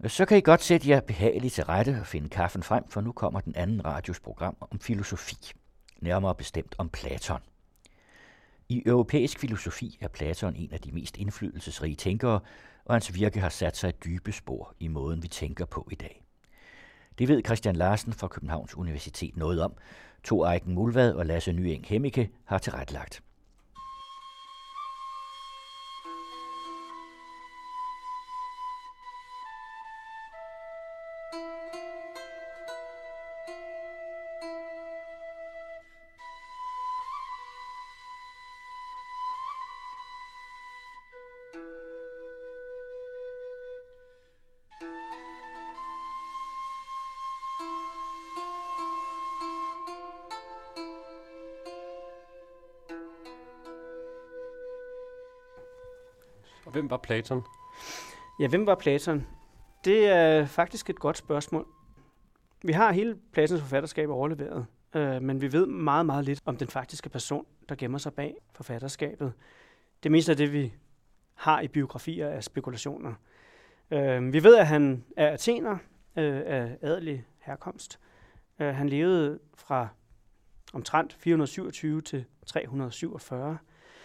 Så kan I godt sætte jer behageligt til rette og finde kaffen frem, for nu kommer den anden radios program om filosofi, nærmere bestemt om Platon. I europæisk filosofi er Platon en af de mest indflydelsesrige tænkere, og hans virke har sat sig dybe spor i måden, vi tænker på i dag. Det ved Christian Larsen fra Københavns Universitet noget om. Thor Eiken Mulvad og Lasse Nyeng Hemmicke har tilrettelagt. Og hvem var Platon? Ja, hvem var Platon? Det er faktisk et godt spørgsmål. Vi har hele Platons forfatterskab overleveret, men vi ved meget, meget lidt om den faktiske person, der gemmer sig bag forfatterskabet. Det meste af det, vi har i biografier, er spekulationer. Vi ved, at han er athener af adelig herkomst. Han levede fra omtrent 427 til 347.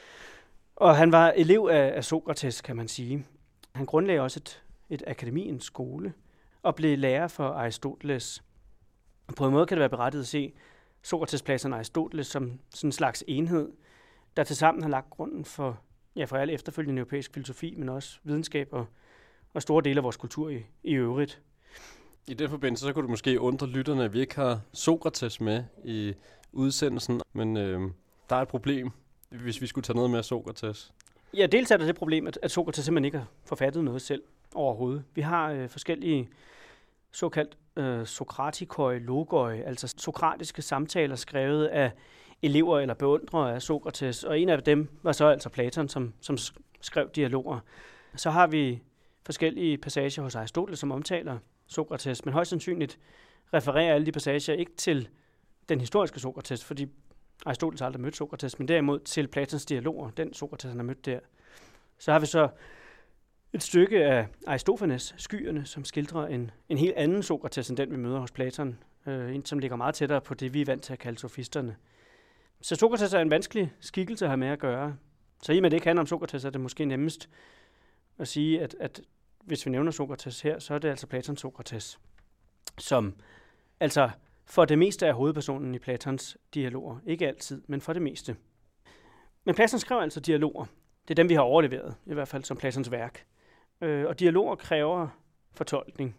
Og han var elev af Sokrates, kan man sige. Han grundlagde også et akademi, en skole, og blev lærer for Aristoteles. På en måde kan det være berettiget at se Sokrates, Platon og Aristoteles som sådan en slags enhed, der tilsammen har lagt grunden for al efterfølgende europæisk filosofi, men også videnskab og store dele af vores kultur i øvrigt. I den forbindelse, så kunne du måske undre lytterne, at vi ikke har Sokrates med i udsendelsen, men der er et problem, hvis vi skulle tage noget med af Sokrates. Ja, dels er der det problem, at Sokrates simpelthen ikke har forfattet noget selv overhovedet. Vi har forskellige såkaldt sokratikoi, logoi, altså sokratiske samtaler skrevet af elever eller beundrere af Sokrates, og en af dem var så altså Platon, som skrev dialoger. Så har vi forskellige passager hos Aristoteles, som omtaler Sokrates, men højst sandsynligt refererer alle de passager ikke til den historiske Sokrates, fordi Aristoteles aldrig mødte Sokrates, men derimod til Platons dialoger, den Sokrates, han har mødt der. Så har vi så et stykke af Aristofanes, Skyerne, som skildrer en helt anden Sokrates, end den vi møder hos Platon. En, som ligger meget tættere på det, vi er vant til at kalde sofisterne. Så Sokrates er en vanskelig skikkelse at have med at gøre. Så i og med det ikke handler om Sokrates, er det måske nemmest at sige, at hvis vi nævner Sokrates her, så er det altså Platons Sokrates, som altså for det meste er hovedpersonen i Platons dialoger. Ikke altid, men for det meste. Men Platon skrev altså dialoger. Det er dem, vi har overleveret, i hvert fald som Platons værk. Og dialoger kræver fortolkning.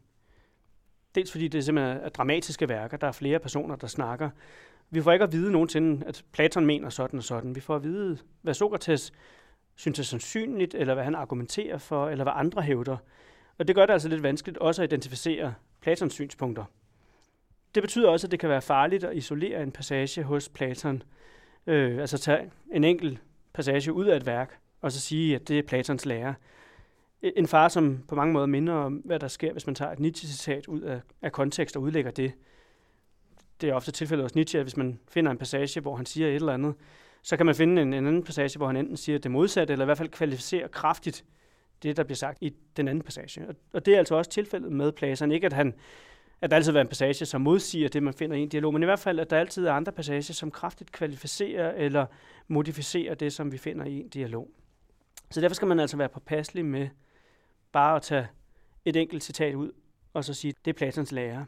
Dels fordi det simpelthen er dramatiske værker. Der er flere personer, der snakker. Vi får ikke at vide nogensinde, at Platon mener sådan og sådan. Vi får at vide, hvad Sokrates synes er sandsynligt, eller hvad han argumenterer for, eller hvad andre hævder. Og det gør det altså lidt vanskeligt også at identificere Platons synspunkter. Det betyder også, at det kan være farligt at isolere en passage hos Platon. Altså tage en enkelt passage ud af et værk, og så sige, at det er Platons lære. En fare, som på mange måder minder om, hvad der sker, hvis man tager et Nietzsche-citat ud af kontekst og udlægger det. Det er ofte tilfældet hos Nietzsche, at hvis man finder en passage, hvor han siger et eller andet, så kan man finde en anden passage, hvor han enten siger det modsatte, eller i hvert fald kvalificerer kraftigt det, der bliver sagt i den anden passage. Og det er altså også tilfældet med Platon. Ikke at der altid er en passage, som modsiger det, man finder i en dialog, men i hvert fald, at der altid er andre passager, som kraftigt kvalificerer eller modificerer det, som vi finder i en dialog. Så derfor skal man altså være påpasselig med bare at tage et enkelt citat ud, og så sige, det er Platons lære.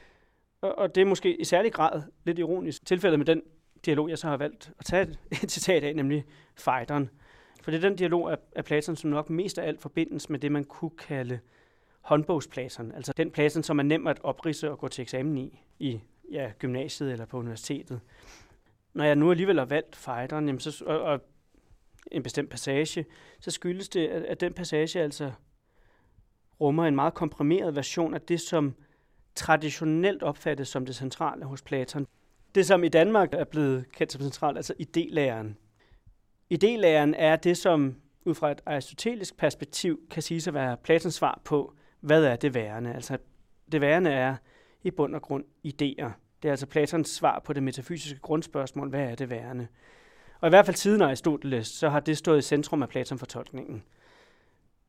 Og det er måske i særlig grad lidt ironisk tilfældet med den dialog, jeg så har valgt at tage et citat af, nemlig Phaedon. For det er den dialog af Platon, som nok mest af alt forbindes med det, man kunne kalde håndbogsplaton, altså den Platon, som er nem at opridse og gå til eksamen i gymnasiet eller på universitetet. Når jeg nu alligevel har valgt Phaedon, jamen og en bestemt passage, så skyldes det, at den passage altså rummer en meget komprimeret version af det, som traditionelt opfattes som det centrale hos Platon. Det, som i Danmark er blevet kendt som centralt, altså idélæren. Idélæren er det, som ud fra et aristotelisk perspektiv kan siges at være Platons svar på, hvad er det værende? Altså, det værende er i bund og grund idéer. Det er altså Platons svar på det metafysiske grundspørgsmål, hvad er det værende? Og i hvert fald siden Aristoteles, så har det stået i centrum af Platon-fortolkningen.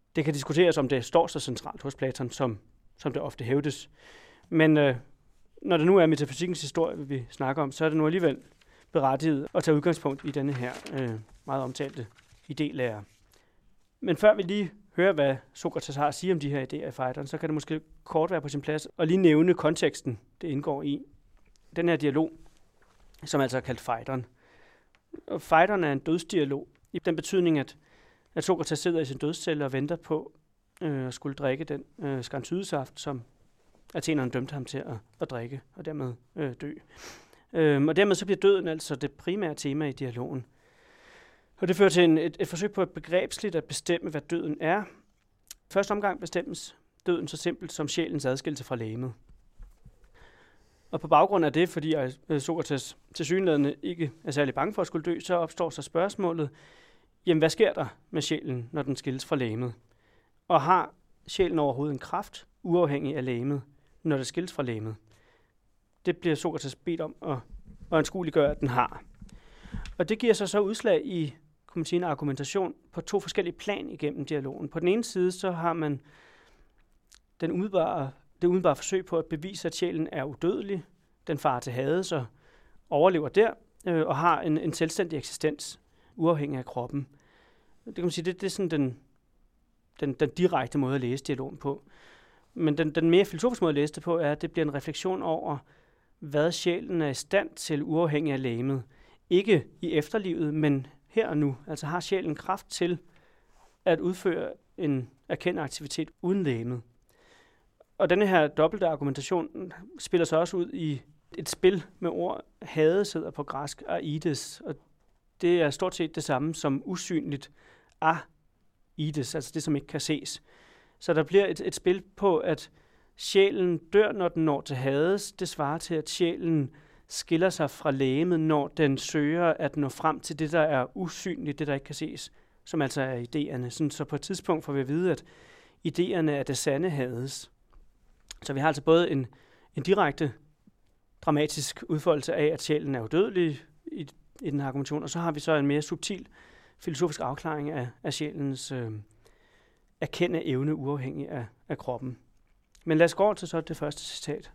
Det kan diskuteres, om det står så centralt hos Platon, som det ofte hævdes. Men når det nu er metafysikkens historie, vi snakker om, så er det nu alligevel berettiget at tage udgangspunkt i denne her meget omtalte idélære. Men før vi lige hører, hvad Sokrates har at sige om de her idéer i Phaidon, så kan det måske kort være på sin plads at lige nævne konteksten, det indgår i. Den her dialog, som altså er kaldt Phaidon. Og Phaidon er en dødsdialog, i den betydning, at Sokrates sidder i sin dødscelle og venter på at skulle drikke den skarnsydesaft, som athenerne dømte ham til at drikke, og dermed dø. Og dermed så bliver døden altså det primære tema i dialogen. Og det fører til et forsøg på begrebsligt at bestemme, hvad døden er. Første omgang bestemmes døden så simpelt som sjælens adskillelse fra legemet. Og på baggrund af det, fordi Sokrates tilsyneladende ikke er særlig bange for at skulle dø, så opstår så spørgsmålet, jamen hvad sker der med sjælen, når den skilles fra legemet? Og har sjælen overhovedet en kraft, uafhængig af legemet, når det skilles fra legemet? Det bliver Sokrates bedt om at anskueliggøre, at den har. Og det giver sig så udslag i, kunne man sige, en argumentation på to forskellige plan igennem dialogen. På den ene side, så har man det umiddelbare forsøg på at bevise, at sjælen er udødelig. Den farer til Hades og overlever der, og har en selvstændig eksistens, uafhængig af kroppen. Det kan man sige, det er sådan den direkte måde at læse dialogen på. Men den mere filosofiske måde at læse det på, er, at det bliver en refleksion over, hvad sjælen er i stand til, uafhængig af legemet. Ikke i efterlivet, men her og nu. Altså har sjælen kraft til at udføre en erkendende aktivitet uden legemet. Og denne her dobbelte argumentation spiller sig også ud i et spil med ord. Hades hedder på græsk aides, og det er stort set det samme som usynligt aides, altså det, som ikke kan ses. Så der bliver et spil på, at sjælen dør, når den når til Hades. Det svarer til, at sjælen skiller sig fra legemet, når den søger at nå frem til det, der er usynligt, det, der ikke kan ses, som altså er idéerne. Så på et tidspunkt får vi at vide, at idéerne er det sande Hades. Så vi har altså både en direkte dramatisk udfoldelse af, at sjælen er udødelig i den her argumentation, og så har vi så en mere subtil filosofisk afklaring af sjælens erkendende evne uafhængig af kroppen. Men lad os gå over til så det første citat.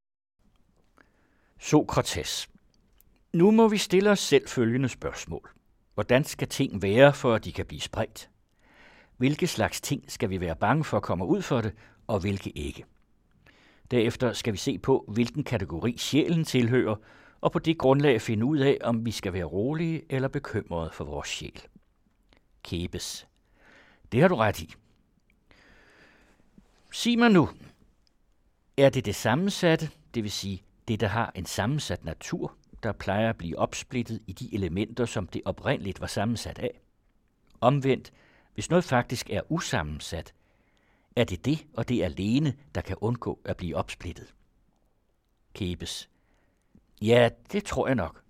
Sokrates. Nu må vi stille os selv følgende spørgsmål. Hvordan skal ting være, for at de kan blive spredt? Hvilke slags ting skal vi være bange for at komme ud for det, og hvilke ikke? Derefter skal vi se på, hvilken kategori sjælen tilhører, og på det grundlag finde ud af, om vi skal være rolige eller bekymrede for vores sjæl. Kebes. Det har du ret i. Sig mig nu, er det sammensatte, det vil sige det, der har en sammensat natur, der plejer at blive opsplittet i de elementer, som det oprindeligt var sammensat af? Omvendt, hvis noget faktisk er usammensat, er det og det alene, der kan undgå at blive opsplittet? Kebes. Ja, det tror jeg nok.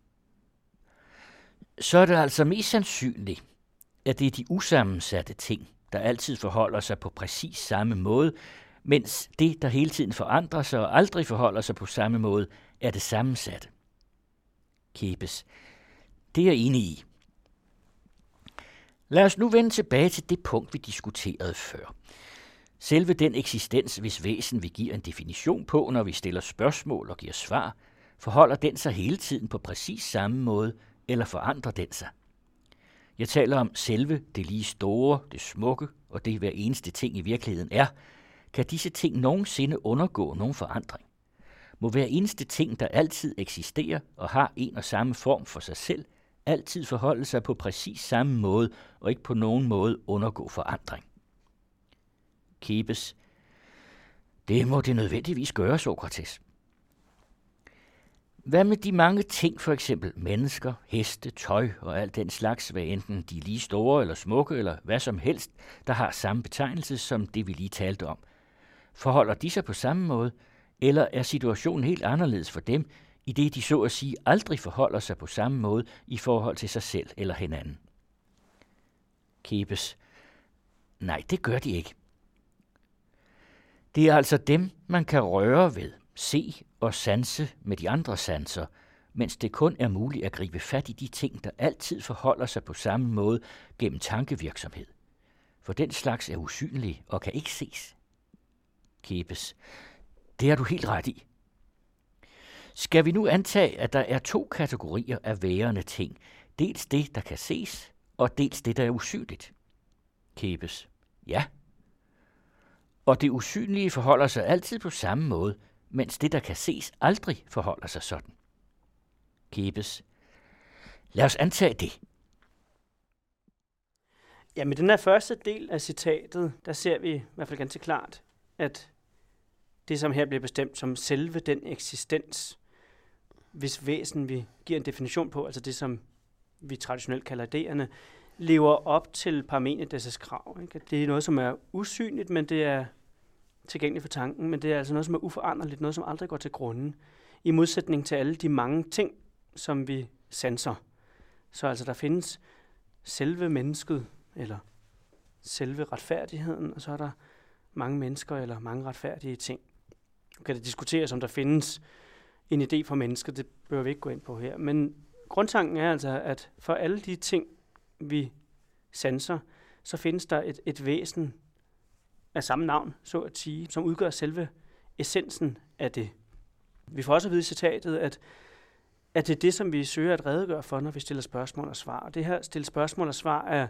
Så er det altså mest sandsynligt, at det er de usammensatte ting, der altid forholder sig på præcis samme måde, mens det, der hele tiden forandrer sig og aldrig forholder sig på samme måde, er det sammensatte. Kebes. Det er jeg enig i. Lad os nu vende tilbage til det punkt, vi diskuterede før. Selve den eksistens, hvis væsen vi giver en definition på, når vi stiller spørgsmål og giver svar, forholder den sig hele tiden på præcis samme måde, eller forandrer den sig? Jeg taler om selve det lige store, det smukke og det hver eneste ting i virkeligheden er. Kan disse ting nogensinde undergå nogen forandring? Må hver eneste ting, der altid eksisterer og har en og samme form for sig selv, altid forholde sig på præcis samme måde og ikke på nogen måde undergå forandring? Kebes. Det må det nødvendigvis gøre, Sokrates. Hvad med de mange ting, for eksempel mennesker, heste, tøj og alt den slags, hvad enten de er lige store eller smukke eller hvad som helst, der har samme betegnelse som det, vi lige talte om? Forholder de sig på samme måde, eller er situationen helt anderledes for dem, i det de så at sige aldrig forholder sig på samme måde i forhold til sig selv eller hinanden? Kebes. Nej, det gør de ikke. Det er altså dem, man kan røre ved, se og sanse med de andre sanser, mens det kun er muligt at gribe fat i de ting, der altid forholder sig på samme måde gennem tankevirksomhed. for den slags er usynlig og kan ikke ses. Kepes: Det har du helt ret i. Skal vi nu antage, at der er 2 kategorier af værende ting, dels det, der kan ses, og dels det, der er usynligt? Kepes: Ja. Og det usynlige forholder sig altid på samme måde, mens det, der kan ses, aldrig forholder sig sådan. Kepes: Lad os antage det. Ja, med den her første del af citatet, der ser vi i hvert fald ganske klart, at det, som her bliver bestemt som selve den eksistens, hvis væsen vi giver en definition på, altså det, som vi traditionelt kalder idéerne, lever op til Parmenides' krav. Ikke? Det er noget, som er usynligt, men det er tilgængeligt for tanken, men det er altså noget, som er uforanderligt, noget, som aldrig går til grunden, i modsætning til alle de mange ting, som vi sanser. Så altså, der findes selve mennesket, eller selve retfærdigheden, og så er der mange mennesker eller mange retfærdige ting. Nu kan det diskuteres, om der findes en idé for mennesker, det bør vi ikke gå ind på her. Men grundtanken er altså, at for alle de ting, vi sanser, så findes der et væsen af samme navn, så at sige, som udgør selve essensen af det. Vi får også at vide i citatet, at det er det, som vi søger at redegøre for, når vi stiller spørgsmål og svar. Og det her stille spørgsmål og svar er,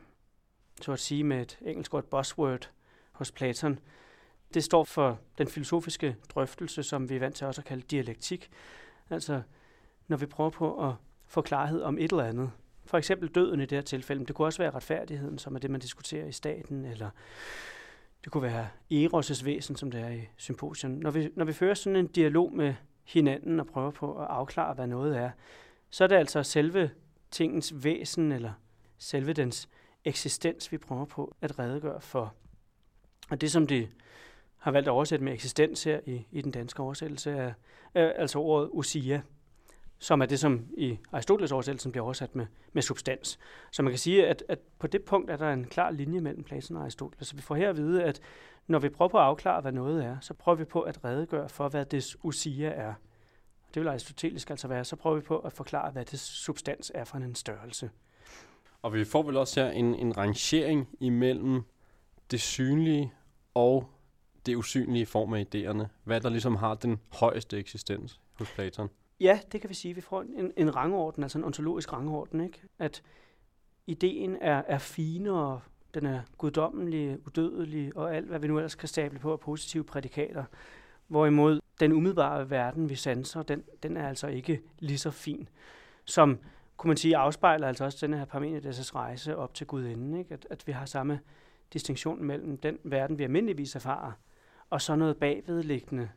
så at sige med et engelsk ord, buzzword hos Platon. Det står for den filosofiske drøftelse, som vi er vant til også at kalde dialektik. Altså, når vi prøver på at få klarhed om et eller andet. For eksempel døden i det her tilfælde. Det kunne også være retfærdigheden, som er det, man diskuterer i staten, eller det kunne være Eros' væsen, som det er i Symposion. Når vi fører sådan en dialog med hinanden og prøver på at afklare, hvad noget er, så er det altså selve tingens væsen, eller selve dens eksistens, vi prøver på at redegøre for. Og det, som de har valgt at oversætte med eksistens her i den danske oversættelse, er altså ordet ousia, som er det, som i Aristoteles oversættelsen bliver oversat med substans. Så man kan sige, at på det punkt er der en klar linje mellem Platon og Aristoteles. Så vi får her at vide, at når vi prøver på at afklare, hvad noget er, så prøver vi på at redegøre for, hvad dets ousia er. Det vil aristotelisk altså være, så prøver vi på at forklare, hvad dets substans er for en størrelse. Og vi får vel også her en rangering imellem det synlige og det usynlige i form af idéerne. Hvad der ligesom har den højeste eksistens hos Platon. Ja, det kan vi sige. Vi får en rangorden, altså en ontologisk rangorden, ikke? At ideen er finere, den er guddommelig, udødelig og alt, hvad vi nu ellers kan stable på af positive prædikater. Hvorimod den umiddelbare verden, vi sanser, den er altså ikke lige så fin. Som, kunne man sige, afspejler altså også denne her Parmenides' rejse op til gudinden, ikke? At vi har samme distinktion mellem den verden, vi almindeligvis erfarer, og så noget bagvedliggende.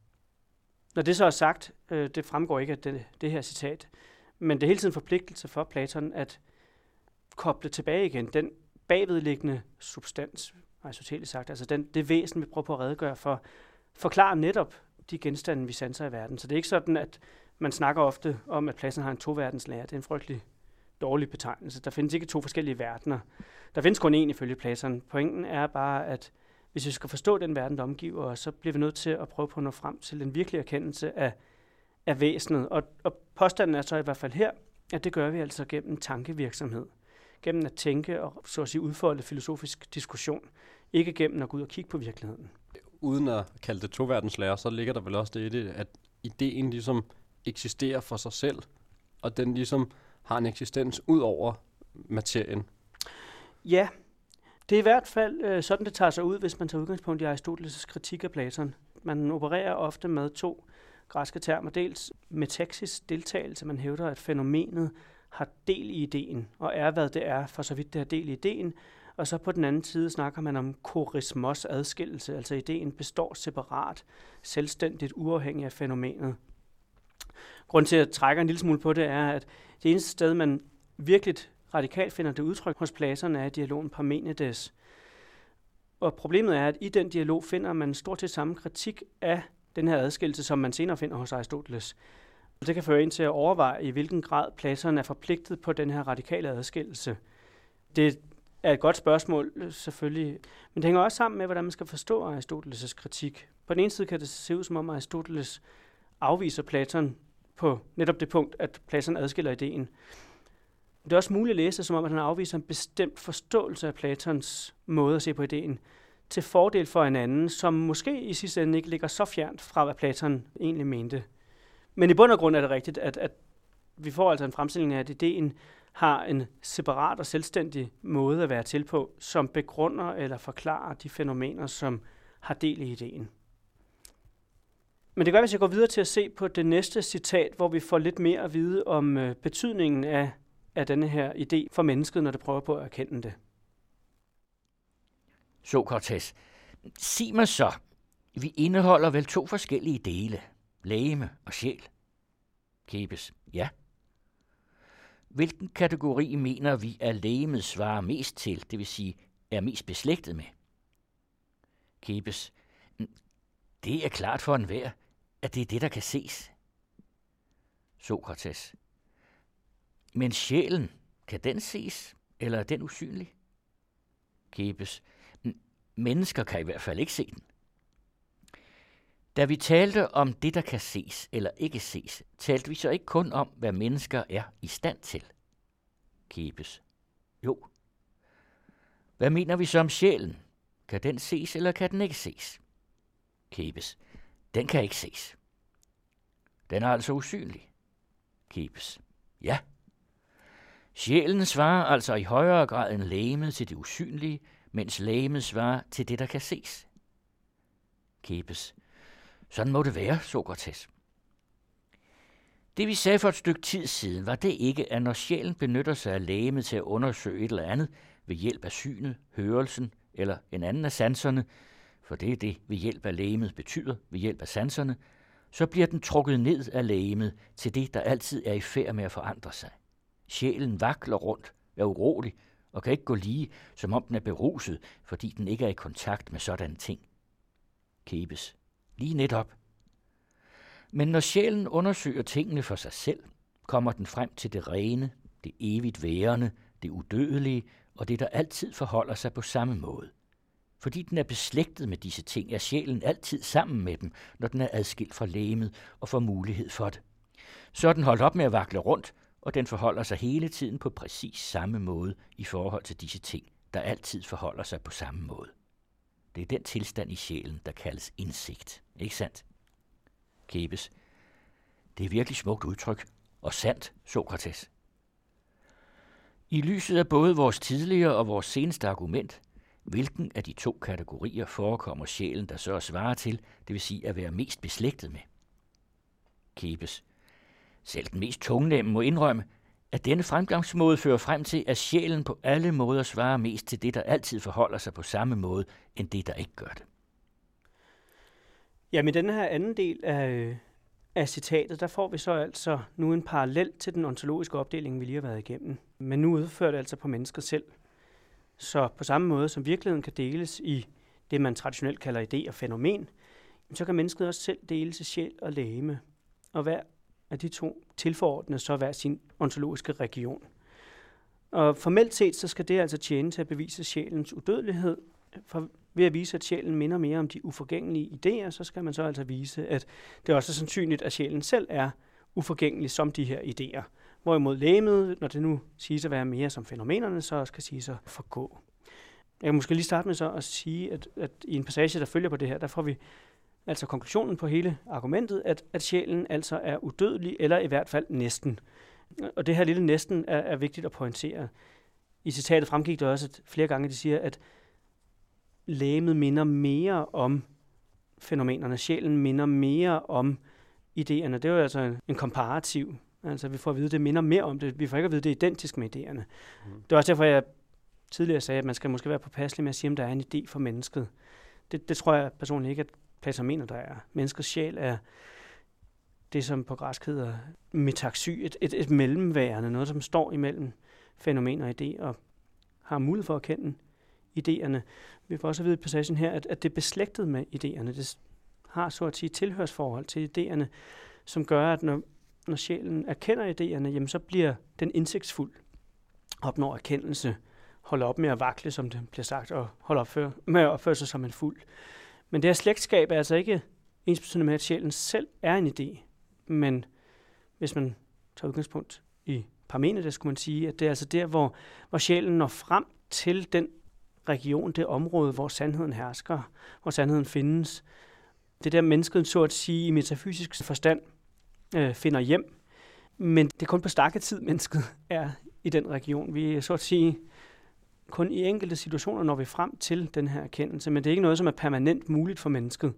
Når det så er sagt, det fremgår ikke af det her citat, men det er hele tiden forpligtelse for Platon at koble tilbage igen den bagvedliggende substans, aristotelisk sagt, altså det væsen, vi prøver på at redegøre for, forklarer netop de genstande, vi sanser i verden. Så det er ikke sådan, at man snakker ofte om, at Platon har en toverdenslære. Det er en frygtelig dårlig betegnelse. Der findes ikke 2 forskellige verdener. Der findes kun én ifølge Platon. Pointen er bare, at hvis vi skal forstå den verden, der omgiver os, så bliver vi nødt til at prøve på at nå frem til en virkelig erkendelse af væsenet. Og påstanden er så i hvert fald her, at det gør vi altså gennem tankevirksomhed. Gennem at tænke og så at sige udfolde filosofisk diskussion. Ikke gennem at gå ud og kigge på virkeligheden. Uden at kalde det toverdenslære, så ligger der vel også det i det, at ideen ligesom eksisterer for sig selv, og den ligesom har en eksistens ud over materien. Ja, det er i hvert fald sådan, det tager sig ud, hvis man tager udgangspunkt i Aristoteles' kritik af Platon. Man opererer ofte med 2 græske termer. Dels metexis, deltagelse. Man hævder, at fænomenet har del i ideen, og er, hvad det er, for så vidt det har del i ideen. Og så på den anden side snakker man om korismos, adskillelse, altså ideen består separat, selvstændigt, uafhængig af fænomenet. Grunden til at trække en lille smule på det er, at det eneste sted, man virkelig radikalt finder det udtryk hos Platon, er i dialogen Parmenides. Og problemet er, at i den dialog finder man stort set samme kritik af den her adskillelse, som man senere finder hos Aristoteles. Det kan føre ind til at overveje, i hvilken grad Platon er forpligtet på den her radikale adskillelse. Det er et godt spørgsmål, selvfølgelig, men det hænger også sammen med, hvordan man skal forstå Aristoteles' kritik. På den ene side kan det se ud, som om Aristoteles afviser Platon på netop det punkt, at Platon adskiller ideen. Det er også muligt at læse det, som om, at han afviser en bestemt forståelse af Platons måde at se på ideen, til fordel for en anden, som måske i sidste ende ikke ligger så fjernt fra, hvad Platon egentlig mente. Men i bund og grund er det rigtigt, at vi får altså en fremstilling af, at ideen har en separat og selvstændig måde at være til på, som begrunder eller forklarer de fænomener, som har del i ideen. Men det gør, hvis jeg går videre til at se på det næste citat, hvor vi får lidt mere at vide om betydningen af denne her idé for mennesket, når det prøver på at erkende det. Sokrates, sig mig så, vi indeholder vel 2 forskellige dele, legeme og sjæl? Kebes, ja. Hvilken kategori mener vi, at legemet svarer mest til, det vil sige, er mest beslægtet med? Kebes, det er klart for enhver, at det er det, der kan ses. Sokrates, men sjælen, kan den ses, eller er den usynlig? Kebes, mennesker kan i hvert fald ikke se den. Da vi talte om det, der kan ses eller ikke ses, talte vi så ikke kun om, hvad mennesker er i stand til? Kebes, jo. Hvad mener vi så om sjælen? Kan den ses, eller kan den ikke ses? Kebes, den kan ikke ses. Den er altså usynlig. Kebes, ja. Sjælen svarer altså i højere grad end legemet til det usynlige, mens legemet svarer til det, der kan ses. Kebes, sådan må det være, Sokrates. Det vi sagde for et stykke tid siden, var det ikke, at når sjælen benytter sig af legemet til at undersøge et eller andet ved hjælp af synet, hørelsen eller en anden af sanserne, for det er det, ved hjælp af legemet betyder, ved hjælp af sanserne, så bliver den trukket ned af legemet til det, der altid er i færd med at forandre sig. Sjælen vakler rundt, er urolig og kan ikke gå lige, som om den er beruset, fordi den ikke er i kontakt med sådanne ting. Kebes, lige netop. Men når sjælen undersøger tingene for sig selv, kommer den frem til det rene, det evigt værende, det udødelige og det, der altid forholder sig på samme måde. Fordi den er beslægtet med disse ting, er sjælen altid sammen med dem, når den er adskilt fra legemet og får mulighed for det. Så er den holdt op med at vakle rundt, og den forholder sig hele tiden på præcis samme måde i forhold til disse ting, der altid forholder sig på samme måde. Det er den tilstand i sjælen, der kaldes indsigt. Ikke sandt? Kebes, det er virkelig smukt udtryk, og sandt, Sokrates. I lyset af både vores tidligere og vores seneste argument, hvilken af de 2 kategorier forekommer sjælen, der så svarer til, det vil sige at være mest beslægtet med? Kebes, selv den mest tungnemme må indrømme, at denne fremgangsmåde fører frem til, at sjælen på alle måder svarer mest til det, der altid forholder sig på samme måde, end det, der ikke gør det. Ja, med denne her anden del af citatet, der får vi så altså nu en parallel til den ontologiske opdeling, vi lige har været igennem. Men nu udfører det altså på mennesket selv. Så på samme måde som virkeligheden kan deles i det, man traditionelt kalder idé og fænomen, så kan mennesket også selv deles i sjæl og legeme. Og hver af de 2 tilforordner så hver sin ontologiske region. Og formelt set, så skal det altså tjene til at bevise sjælens udødelighed. For ved at vise, at sjælen minder mere om de uforgængelige idéer, så skal man så altså vise, at det også er sandsynligt, at sjælen selv er uforgængelig som de her idéer. Hvorimod legemet, når det nu siges at være mere som fænomenerne, så skal siges at forgå. Jeg kan måske lige starte med så at sige, at i en passage, der følger på det her, der får vi altså konklusionen på hele argumentet, at sjælen altså er udødelig, eller i hvert fald næsten. Og det her lille næsten er vigtigt at pointere. I citatet fremgik det også at flere gange, de siger, at legemet minder mere om fænomenerne. Sjælen minder mere om idéerne. Det er jo altså en komparativ. Altså vi får at vide, at det minder mere om det. Vi får ikke at vide, at det er identisk med idéerne. Det er også derfor, jeg tidligere sagde, at man skal måske være påpasselig med at sige, om der er en idé for mennesket. Det tror jeg personligt ikke, at Platon mener, der er. Menneskets sjæl er det, som på græsk hedder metaxy, et mellemværende, noget, som står imellem fænomen og idé, og har mulighed for at kende idéerne. Vi får også at vide i passagen her, at det er beslægtet med idéerne. Det har så at sige tilhørsforhold til idéerne, som gør, at når sjælen erkender idéerne, jamen, så bliver den indsigtsfuld, opnår erkendelse, holder op med at vakle, som det bliver sagt, og holder med at opføre sig som en fuld. Men det her slægtskab er altså ikke ensbetydende med, at sjælen selv er en idé. Men hvis man tager udgangspunkt i Parmenides, skulle man sige, at det er altså der, hvor sjælen når frem til den region, det område, hvor sandheden hersker, hvor sandheden findes. Det der mennesket, så at sige, i metafysisk forstand finder hjem. Men det er kun på stakketid, mennesket er i den region. Vi er så at sige kun i enkelte situationer når vi frem til den her erkendelse, men det er ikke noget, som er permanent muligt for mennesket.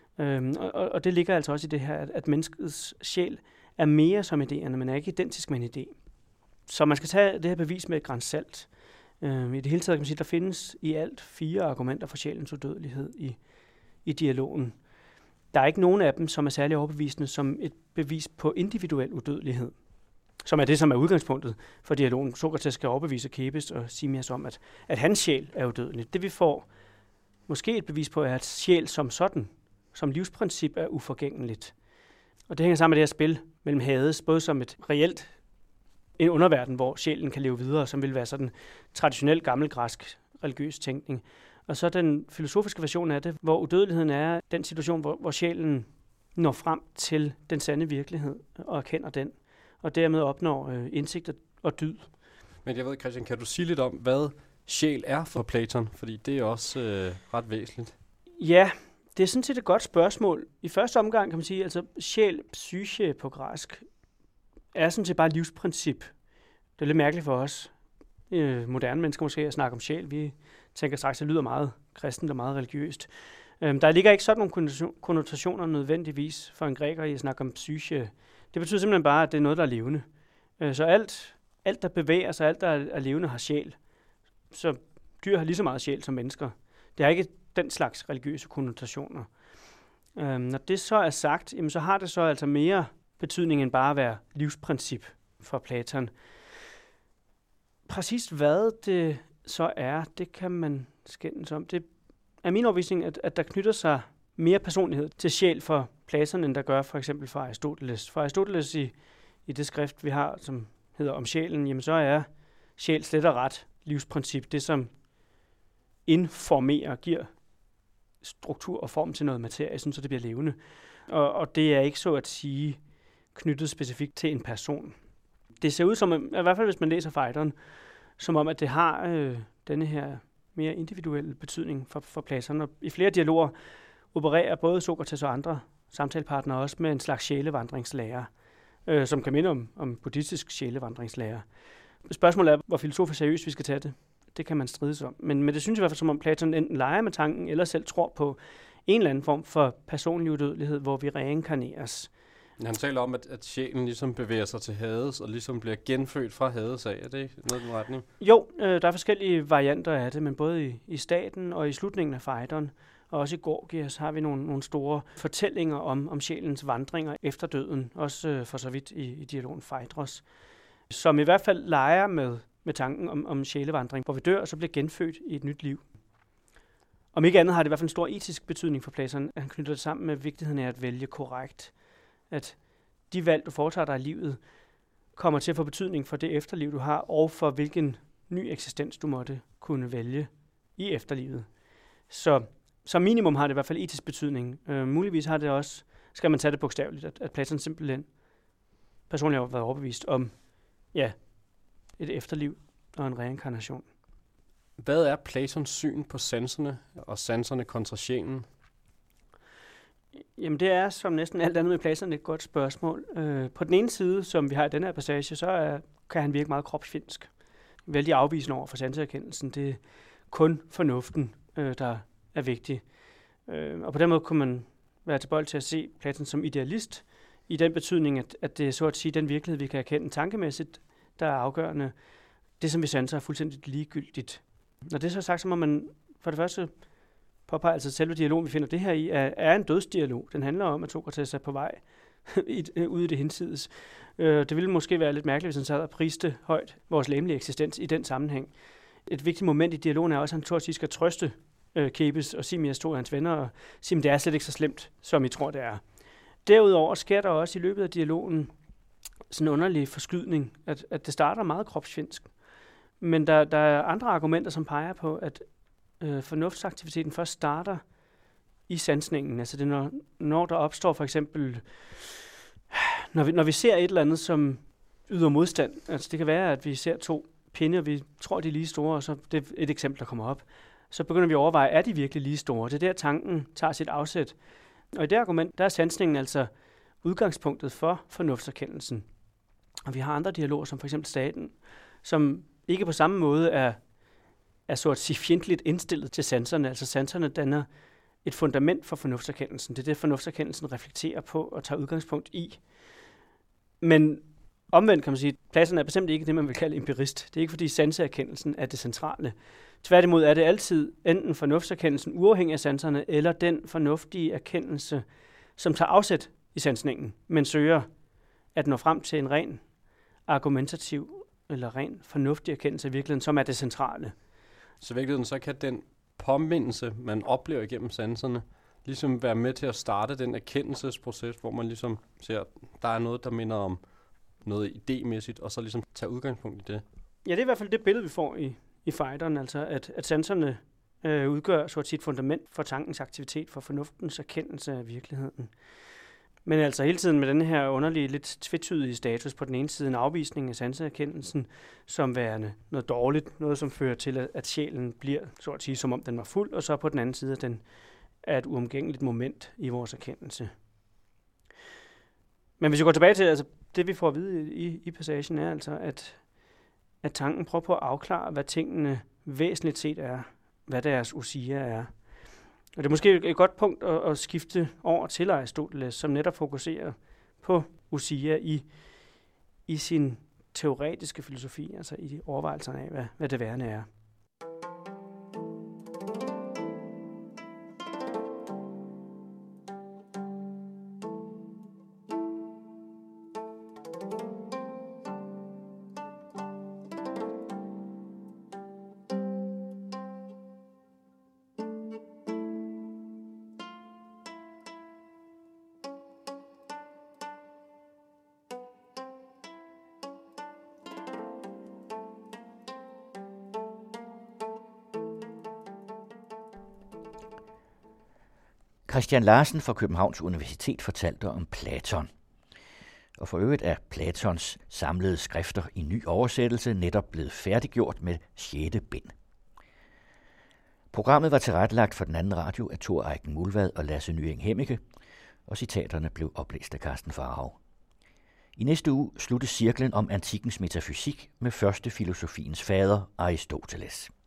Og det ligger altså også i det her, at menneskets sjæl er mere som idéerne, men er ikke identisk med en idé. Så man skal tage det her bevis med et gran salt. I det hele taget kan man sige, at der findes i alt 4 argumenter for sjælens udødelighed i dialogen. Der er ikke nogen af dem, som er særlig overbevisende som et bevis på individuel udødelighed, som er det, som er udgangspunktet for dialogen. Sokrates skal overbevise Kebes og Simias om, at hans sjæl er udødelig. Det vi får måske et bevis på, er, at sjæl som sådan, som livsprincip, er uforgængeligt. Og det hænger sammen med det her spil mellem Hades, både som et reelt en underverden, hvor sjælen kan leve videre, som vil være sådan traditionel gammelgræsk religiøs tænkning. Og så den filosofiske version af det, hvor udødeligheden er den situation, hvor sjælen når frem til den sande virkelighed og erkender den, og dermed opnår indsigt og dyd. Men jeg ved, Christian, kan du sige lidt om, hvad sjæl er for Platon? Fordi det er også ret væsentligt. Ja, det er sådan set et godt spørgsmål. I første omgang kan man sige, altså sjæl, psyche på græsk, er sådan set bare et livsprincip. Det er lidt mærkeligt for os moderne mennesker måske at snakke om sjæl. Vi tænker straks, at det lyder meget kristent og meget religiøst. Der ligger ikke sådan nogle konnotationer nødvendigvis for en græker i at snakke om psyche. Det betyder simpelthen bare, at det er noget, der er levende. Så alt der bevæger sig, alt der er levende, har sjæl. Så dyr har lige så meget sjæl som mennesker. Det er ikke den slags religiøse konnotationer. Når det så er sagt, jamen, så har det så altså mere betydning end bare at være livsprincip for Platon. Præcis hvad det så er, det kan man skændes om. Det er min overbevisning, at der knytter sig mere personlighed til sjæl for Platon, end der gør for eksempel for Aristoteles. For Aristoteles i det skrift, vi har, som hedder Om sjælen, jamen så er sjæl slet og ret livsprincip, det som informerer, giver struktur og form til noget materie, så det bliver levende. Og det er ikke så at sige knyttet specifikt til en person. Det ser ud som, i hvert fald hvis man læser Phaedon, som om, at det har denne her mere individuelle betydning for Platon. Og i flere dialoger opererer både Sokrates og andre samtalepartnere også med en slags sjælevandringslære, som kan minde om buddhistisk sjælevandringslære. Spørgsmålet er, hvor filosofisk seriøst vi skal tage det. Det kan man strides om. Men det synes jeg i hvert fald, som om Platon enten leger med tanken, eller selv tror på en eller anden form for personlig udødelighed, hvor vi reinkarneres. Han taler om, at sjælen ligesom bevæger sig til Hades, og ligesom bliver genfødt fra Hades af. Er det ikke noget i den retning? Jo, der er forskellige varianter af det, men både i staten og i slutningen af Phaedon, og også i Gorgias har vi nogle store fortællinger om sjælens vandringer efter døden, også for så vidt i dialogen Phaedros, som i hvert fald leger med tanken om sjælevandring, hvor vi dør og så bliver genfødt i et nyt liv. Om ikke andet har det i hvert fald en stor etisk betydning for Platon, at han knytter det sammen med vigtigheden af at vælge korrekt. At de valg, du foretager dig i livet, kommer til at få betydning for det efterliv, du har, og for hvilken ny eksistens, du måtte kunne vælge i efterlivet. Så som minimum har det i hvert fald etisk betydning. Muligvis har det også, skal man tage det bogstaveligt, at Platon simpelthen personligt har været overbevist om et efterliv og en reinkarnation. Hvad er Platons syn på sanserne og sanserne kontra sjælen? Jamen det er som næsten alt andet med Platon et godt spørgsmål. På den ene side, som vi har i denne her passage, så kan han virke meget kropsfjendsk. Vældig afvisende over for sanseerkendelsen. Det er kun fornuften, der er vigtig. Og på den måde kunne man være tilbøjelig til at se Platon som idealist, i den betydning, at det er så at sige den virkelighed, vi kan erkende tankemæssigt, der er afgørende. Det, som vi sanser, er fuldstændig ligegyldigt. Når det er så sagt, så må man for det første påpege, altså selve dialogen, vi finder det her i, er en dødsdialog. Den handler om, at Sokrates er på vej ude i det hinsides. Det ville måske være lidt mærkeligt, hvis han sad og priste højt vores legemlige eksistens i den sammenhæng. Et vigtigt moment i dialogen er også, at han tror, at de skal trøste Kebes og Simias, to af hans venner, og sige, at det er slet ikke så slemt, som I tror, det er. Derudover sker der også i løbet af dialogen sådan en underlig forskydning, at det starter meget kropsfjendsk. Men der er andre argumenter, som peger på, at fornuftsaktiviteten først starter i sansningen. Altså det når der opstår for eksempel, når vi ser et eller andet, som yder modstand. Altså det kan være, at vi ser 2 pinde, og vi tror, de er lige store, og så det er et eksempel, der kommer op. Så begynder vi at overveje, er de virkelig lige store? Det er der, tanken tager sit afsæt. Og i det argument, der er sansningen altså udgangspunktet for fornuftserkendelsen. Og vi har andre dialoger, som for eksempel staten, som ikke på samme måde er så at sige fjendtligt indstillet til sanserne. Altså sanserne danner et fundament for fornuftserkendelsen. Det er det, fornuftserkendelsen reflekterer på og tager udgangspunkt i. Men omvendt kan man sige, at Platon er bestemt ikke det, man vil kalde empirist. Det er ikke, fordi sanseerkendelsen er det centrale. Tværtimod er det altid enten fornuftserkendelsen uafhængig af sanserne, eller den fornuftige erkendelse, som tager afsæt i sansningen, men søger at nå frem til en ren argumentativ eller ren fornuftig erkendelse i virkeligheden, som er det centrale. Så i virkeligheden så kan den påmindelse, man oplever igennem sanserne, ligesom være med til at starte den erkendelsesproces, hvor man ligesom ser, der er noget, der minder om noget idémæssigt, og så ligesom tage udgangspunkt i det. Ja, det er i hvert fald det billede, vi får i fighteren, altså at sanserne udgør så at sige et fundament for tankens aktivitet, for fornuftens erkendelse af virkeligheden. Men altså hele tiden med den her underlige, lidt tvetydige status, på den ene side en afvisning af sanseerkendelsen som værende noget dårligt, noget som fører til, at sjælen bliver, så at sige, som om den var fuld, og så på den anden side, at den er et uomgængeligt moment i vores erkendelse. Men hvis vi går tilbage til, altså det vi får at vide i passagen er altså, at tanken prøver på at afklare, hvad tingene væsentligt set er, hvad deres ousia er. Og det er måske et godt punkt at skifte over til Aristoteles, som netop fokuserer på ousia i sin teoretiske filosofi, altså i overvejelserne af, hvad det værende er. Christian Larsen fra Københavns Universitet fortalte om Platon. Og for øvrigt er Platons samlede skrifter i ny oversættelse netop blevet færdiggjort med 6. bind. Programmet var tilrettelagt for den anden radio af Thor Eiken Mulvad og Lasse Nyeng Hemmeke, og citaterne blev oplæst af Carsten Farag. I næste uge sluttes cirklen om antikkens metafysik med første filosofiens fader, Aristoteles.